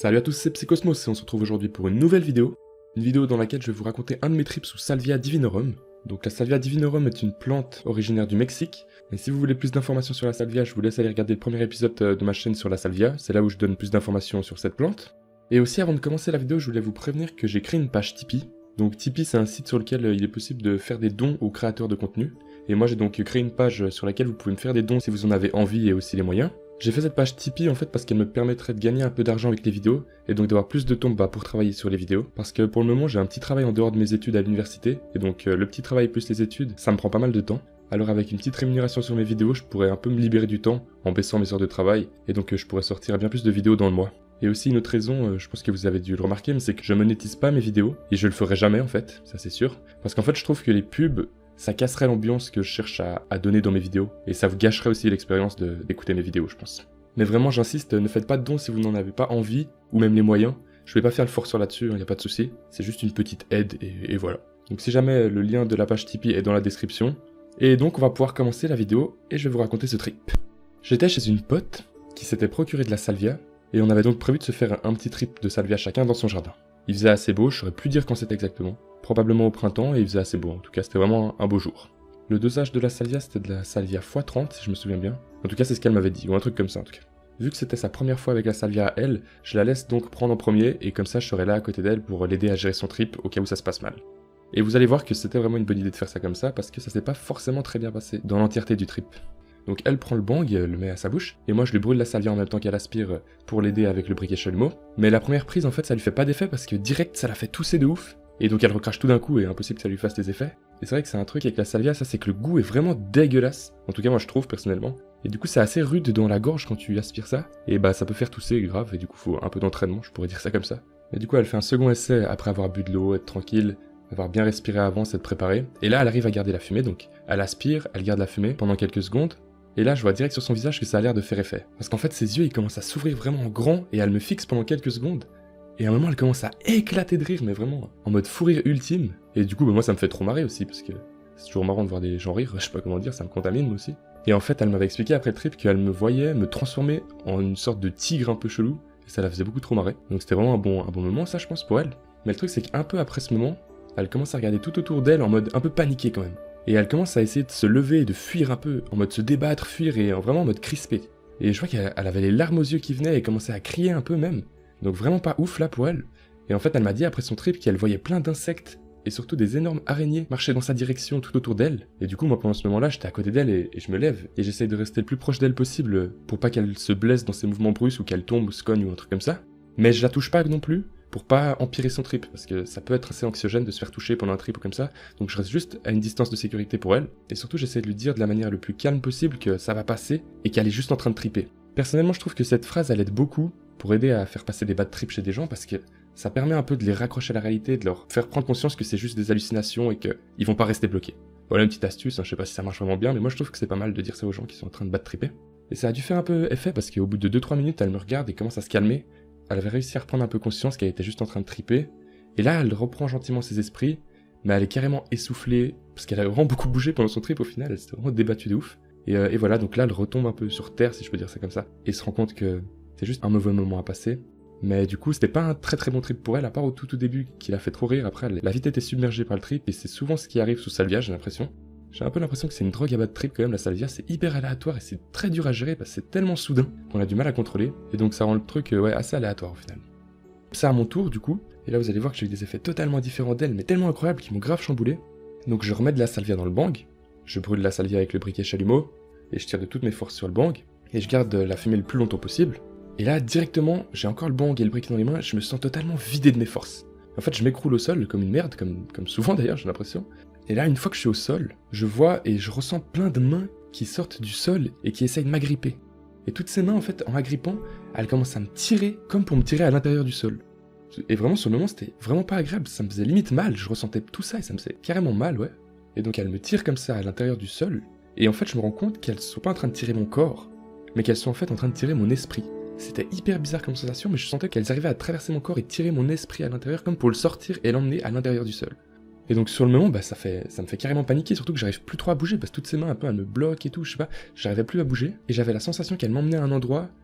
Salut à tous, c'est Psychosmos et on se retrouve aujourd'hui pour une nouvelle vidéo. Une vidéo dans laquelle je vais vous raconter un de mes trips sous Salvia divinorum. Donc la Salvia divinorum est une plante originaire du Mexique. Et si vous voulez plus d'informations sur la Salvia, je vous laisse aller regarder le premier épisode de ma chaîne sur la Salvia. C'est là où je donne plus d'informations sur cette plante. Et aussi avant de commencer la vidéo, je voulais vous prévenir que j'ai créé une page Tipeee. Donc Tipeee, c'est un site sur lequel il est possible de faire des dons aux créateurs de contenu. Et moi j'ai donc créé une page sur laquelle vous pouvez me faire des dons si vous en avez envie et aussi les moyens. J'ai fait cette page Tipeee en fait parce qu'elle me permettrait de gagner un peu d'argent avec les vidéos et donc d'avoir plus de temps pour travailler sur les vidéos. Parce que pour le moment j'ai un petit travail en dehors de mes études à l'université et donc le petit travail plus les études, ça me prend pas mal de temps. Alors avec une petite rémunération sur mes vidéos, je pourrais un peu me libérer du temps en baissant mes heures de travail et donc je pourrais sortir bien plus de vidéos dans le mois. Et aussi une autre raison, je pense que vous avez dû le remarquer, mais c'est que je monétise pas mes vidéos et je le ferai jamais en fait, ça c'est sûr. Parce qu'en fait je trouve que les pubs, ça casserait l'ambiance que je cherche à donner dans mes vidéos et ça vous gâcherait aussi l'expérience d'écouter mes vidéos je pense. Mais vraiment j'insiste, ne faites pas de dons si vous n'en avez pas envie, ou même les moyens. Je vais pas faire le forceur là-dessus, y a pas de souci. C'est juste une petite aide et voilà. Donc si jamais le lien de la page Tipeee est dans la description. Et donc on va pouvoir commencer la vidéo et je vais vous raconter ce trip. J'étais chez une pote qui s'était procuré de la salvia, et on avait donc prévu de se faire un petit trip de salvia chacun dans son jardin. Il faisait assez beau, je saurais plus dire quand c'était exactement. Probablement au printemps et il faisait assez beau, en tout cas c'était vraiment un beau jour. Le dosage de la salvia c'était de la salvia x30 si je me souviens bien. En tout cas c'est ce qu'elle m'avait dit, ou un truc comme ça en tout cas. Vu que c'était sa première fois avec la salvia à elle, je la laisse donc prendre en premier et comme ça je serai là à côté d'elle pour l'aider à gérer son trip au cas où ça se passe mal. Et vous allez voir que c'était vraiment une bonne idée de faire ça comme ça parce que ça s'est pas forcément très bien passé dans l'entièreté du trip. Donc elle prend le bang, le met à sa bouche, et moi je lui brûle la salvia en même temps qu'elle aspire pour l'aider avec le briquet chalumeau. Mais la première prise en fait ça lui fait pas d'effet parce que direct ça la fait tousser de ouf. Et donc elle recrache tout d'un coup et impossible que ça lui fasse des effets. Et c'est vrai que c'est un truc avec la salvia, ça c'est que le goût est vraiment dégueulasse. En tout cas moi je trouve personnellement. Et du coup c'est assez rude dans la gorge quand tu aspires ça. Et bah ça peut faire tousser grave et du coup faut un peu d'entraînement, je pourrais dire ça comme ça. Et du coup elle fait un second essai après avoir bu de l'eau, être tranquille, avoir bien respiré avant, s'être préparée. Et là elle arrive à garder la fumée, donc elle aspire, elle garde la fumée pendant quelques secondes. Et là je vois direct sur son visage que ça a l'air de faire effet. Parce qu'en fait ses yeux ils commencent à s'ouvrir vraiment en grand et elle me fixe pendant quelques secondes. Et à un moment, elle commence à éclater de rire, mais vraiment en mode fou rire ultime. Et du coup, moi, ça me fait trop marrer aussi, parce que c'est toujours marrant de voir des gens rire, je sais pas comment dire, ça me contamine moi aussi. Et en fait, elle m'avait expliqué après le trip qu'elle me voyait me transformer en une sorte de tigre un peu chelou, et ça la faisait beaucoup trop marrer. Donc c'était vraiment un bon moment, ça, je pense, pour elle. Mais le truc, c'est qu'un peu après ce moment, elle commence à regarder tout autour d'elle en mode un peu paniqué quand même. Et elle commence à essayer de se lever et de fuir un peu, en mode se débattre, fuir, et vraiment en mode crispé. Et je vois qu'elle avait les larmes aux yeux qui venaient et commençait à crier un peu même. Donc vraiment pas ouf là pour elle. Et en fait elle m'a dit après son trip qu'elle voyait plein d'insectes et surtout des énormes araignées marcher dans sa direction tout autour d'elle. Et du coup moi pendant ce moment là j'étais à côté d'elle et je me lève et j'essaye de rester le plus proche d'elle possible pour pas qu'elle se blesse dans ses mouvements brusques ou qu'elle tombe ou se cogne ou un truc comme ça. Mais je la touche pas non plus pour pas empirer son trip parce que ça peut être assez anxiogène de se faire toucher pendant un trip ou comme ça. Donc je reste juste à une distance de sécurité pour elle. Et surtout j'essaie de lui dire de la manière le plus calme possible que ça va passer et qu'elle est juste en train de triper. Personnellement je trouve que cette phrase elle aide beaucoup pour aider à faire passer des bad trips chez des gens parce que ça permet un peu de les raccrocher à la réalité, de leur faire prendre conscience que c'est juste des hallucinations et qu'ils vont pas rester bloqués. Voilà une petite astuce, je sais pas si ça marche vraiment bien, mais moi je trouve que c'est pas mal de dire ça aux gens qui sont en train de bad tripper. Et ça a dû faire un peu effet parce qu'au bout de 2-3 minutes, elle me regarde et commence à se calmer. Elle avait réussi à reprendre un peu conscience qu'elle était juste en train de triper. Et là, elle reprend gentiment ses esprits, mais elle est carrément essoufflée parce qu'elle a vraiment beaucoup bougé pendant son trip au final, elle s'était vraiment débattue de ouf. Et voilà, donc là, elle retombe un peu sur terre, si je peux dire ça comme ça, et se rend compte que c'est juste un mauvais moment à passer. Mais du coup, c'était pas un très très bon trip pour elle, à part au tout début, qui l'a fait trop rire. Après, elle a vite été submergée par le trip, et c'est souvent ce qui arrive sous salvia, j'ai l'impression. J'ai un peu l'impression que c'est une drogue à bas de trip quand même, la salvia, c'est hyper aléatoire, et c'est très dur à gérer, parce que c'est tellement soudain qu'on a du mal à contrôler, et donc ça rend le truc assez aléatoire au final. Ça à mon tour, du coup, et là vous allez voir que j'ai eu des effets totalement différents d'elle, mais tellement incroyables qui m'ont grave chamboulé. Donc je remets de la salvia dans le bang, je brûle la salvia avec le briquet chalumeau, et je tire de toutes mes forces sur le bang, et je garde la fumée le plus longtemps possible. Et là, directement, j'ai encore le bang et le briquet dans les mains, je me sens totalement vidé de mes forces. En fait, je m'écroule au sol comme une merde, comme souvent d'ailleurs, j'ai l'impression. Et là, une fois que je suis au sol, je vois et je ressens plein de mains qui sortent du sol et qui essayent de m'agripper. Et toutes ces mains, en fait, en m'agrippant, elles commencent à me tirer comme pour me tirer à l'intérieur du sol. Et vraiment, sur le moment, c'était vraiment pas agréable, ça me faisait limite mal, je ressentais tout ça et ça me faisait carrément mal, ouais. Et donc elles me tirent comme ça à l'intérieur du sol, et en fait, je me rends compte qu'elles sont pas en train de tirer mon corps, mais qu'elles sont en fait en train de tirer mon esprit. C'était hyper bizarre comme sensation, mais je sentais qu'elles arrivaient à traverser mon corps et tirer mon esprit à l'intérieur comme pour le sortir et l'emmener à l'intérieur du sol. Et donc sur le moment, ça me fait carrément paniquer, surtout que j'arrive plus trop à bouger, parce que toutes ces mains un peu elles me bloquent et tout, je sais pas, j'arrivais plus à bouger, et j'avais la sensation qu'elles m'emmenaient à un endroit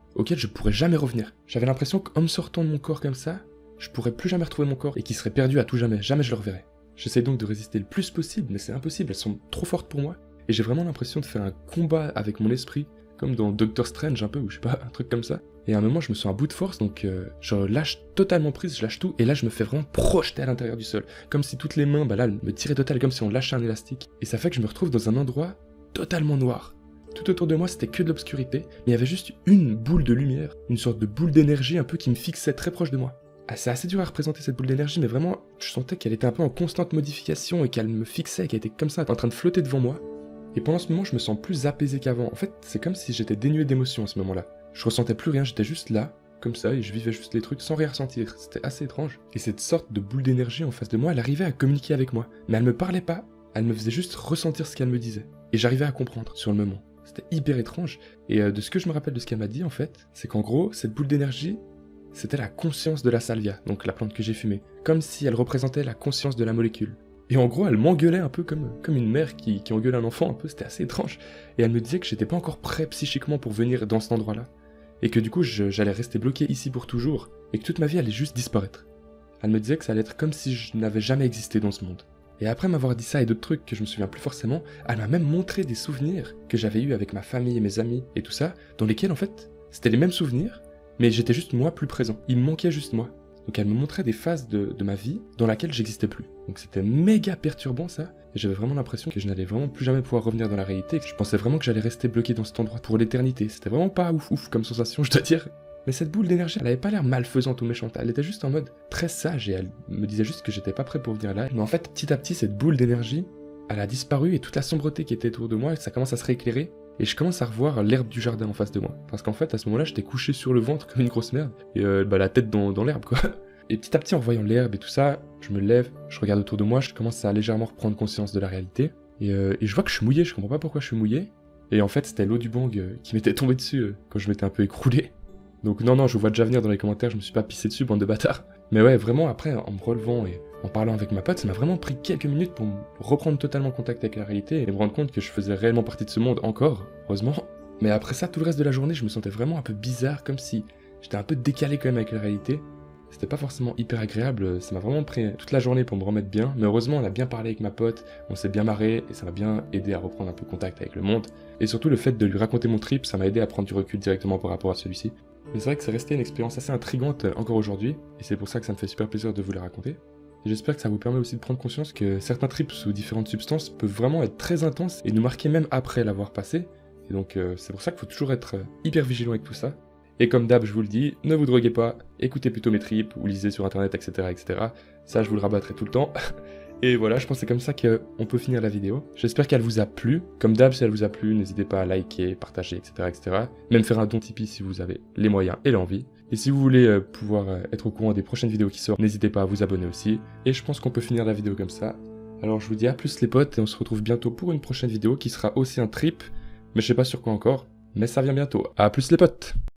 auquel je pourrais jamais revenir. J'avais l'impression qu'en me sortant de mon corps comme ça, je pourrais plus jamais retrouver mon corps et qu'il serait perdu à tout jamais. Jamais je le reverrai. J'essaie donc de résister le plus possible, mais c'est impossible, elles sont trop fortes pour moi. Et j'ai vraiment l'impression de faire un combat avec mon esprit, comme dans Doctor Strange un peu, ou je sais pas, un truc comme ça. Et à un moment, je me sens à bout de force, donc je lâche totalement prise, je lâche tout, et là, je me fais vraiment projeter à l'intérieur du sol. Comme si toutes les mains, bah là, elles me tiraient total, comme si on lâchait un élastique. Et ça fait que je me retrouve dans un endroit totalement noir. Tout autour de moi, c'était que de l'obscurité, mais il y avait juste une boule de lumière, une sorte de boule d'énergie un peu qui me fixait très proche de moi. Ah, c'est assez dur à représenter cette boule d'énergie, mais vraiment, je sentais qu'elle était un peu en constante modification et qu'elle me fixait, qu'elle était comme ça, en train de flotter devant moi. Et pendant ce moment, je me sens plus apaisé qu'avant. En fait, c'est comme si j'étais dénué d'émotion à ce moment-là. Je ressentais plus rien, j'étais juste là, comme ça, et je vivais juste les trucs sans rien ressentir. C'était assez étrange. Et cette sorte de boule d'énergie en face de moi, elle arrivait à communiquer avec moi. Mais elle me parlait pas, elle me faisait juste ressentir ce qu'elle me disait. Et j'arrivais à comprendre sur le moment. C'était hyper étrange. Et de ce que je me rappelle de ce qu'elle m'a dit, en fait, c'est qu'en gros, cette boule d'énergie, c'était la conscience de la salvia, donc la plante que j'ai fumée. Comme si elle représentait la conscience de la molécule. Et en gros, elle m'engueulait un peu comme une mère qui engueule un enfant un peu, c'était assez étrange. Et elle me disait que j'étais pas encore prêt psychiquement pour venir dans cet endroit-là. Et que du coup, j'allais rester bloqué ici pour toujours. Et que toute ma vie allait juste disparaître. Elle me disait que ça allait être comme si je n'avais jamais existé dans ce monde. Et après m'avoir dit ça et d'autres trucs que je me souviens plus forcément, elle m'a même montré des souvenirs que j'avais eus avec ma famille et mes amis et tout ça, dans lesquels en fait, c'était les mêmes souvenirs, mais j'étais juste moi plus présent. Il me manquait juste moi. Donc elle me montrait des phases de ma vie dans laquelle j'existais plus. Donc c'était méga perturbant ça, et j'avais vraiment l'impression que je n'allais vraiment plus jamais pouvoir revenir dans la réalité, et que je pensais vraiment que j'allais rester bloqué dans cet endroit pour l'éternité. C'était vraiment pas ouf comme sensation, je dois dire. Mais cette boule d'énergie, elle avait pas l'air malfaisante ou méchante, elle était juste en mode très sage, et elle me disait juste que j'étais pas prêt pour venir là. Mais en fait, petit à petit, cette boule d'énergie, elle a disparu, et toute la sombreté qui était autour de moi, ça commence à se rééclairer, et je commence à revoir l'herbe du jardin en face de moi. Parce qu'en fait, à ce moment-là, j'étais couché sur le ventre comme une grosse merde, et la tête dans l'herbe, quoi. Et petit à petit, en voyant l'herbe et tout ça, je me lève, je regarde autour de moi, je commence à légèrement reprendre conscience de la réalité. Et je vois que je suis mouillé, je comprends pas pourquoi je suis mouillé. Et en fait, c'était l'eau du bang qui m'était tombée dessus quand je m'étais un peu écroulé. Donc non, je vous vois déjà venir dans les commentaires, je me suis pas pissé dessus, bande de bâtards. Mais ouais, vraiment, après, en me relevant et en parlant avec ma pote, ça m'a vraiment pris quelques minutes pour reprendre totalement contact avec la réalité et me rendre compte que je faisais réellement partie de ce monde encore, heureusement. Mais après ça, tout le reste de la journée, je me sentais vraiment un peu bizarre, comme si j'étais un peu décalé quand même avec la réalité. C'était pas forcément hyper agréable, ça m'a vraiment pris toute la journée pour me remettre bien, mais heureusement on a bien parlé avec ma pote, on s'est bien marré et ça m'a bien aidé à reprendre un peu contact avec le monde. Et surtout le fait de lui raconter mon trip, ça m'a aidé à prendre du recul directement par rapport à celui-ci. Mais c'est vrai que c'est resté une expérience assez intrigante encore aujourd'hui, et c'est pour ça que ça me fait super plaisir de vous la raconter. Et j'espère que ça vous permet aussi de prendre conscience que certains trips sous différentes substances peuvent vraiment être très intenses et nous marquer même après l'avoir passé. Et donc c'est pour ça qu'il faut toujours être hyper vigilant avec tout ça. Et comme d'hab, je vous le dis, ne vous droguez pas, écoutez plutôt mes trips, ou lisez sur internet, etc. etc. Ça, je vous le rabattrai tout le temps. Et voilà, je pense que c'est comme ça qu'on peut finir la vidéo. J'espère qu'elle vous a plu. Comme d'hab, si elle vous a plu, n'hésitez pas à liker, partager, etc. etc. Même faire un don Tipeee si vous avez les moyens et l'envie. Et si vous voulez pouvoir être au courant des prochaines vidéos qui sortent, n'hésitez pas à vous abonner aussi. Et je pense qu'on peut finir la vidéo comme ça. Alors je vous dis à plus les potes, et on se retrouve bientôt pour une prochaine vidéo qui sera aussi un trip. Mais je sais pas sur quoi encore, mais ça vient bientôt. À plus les potes!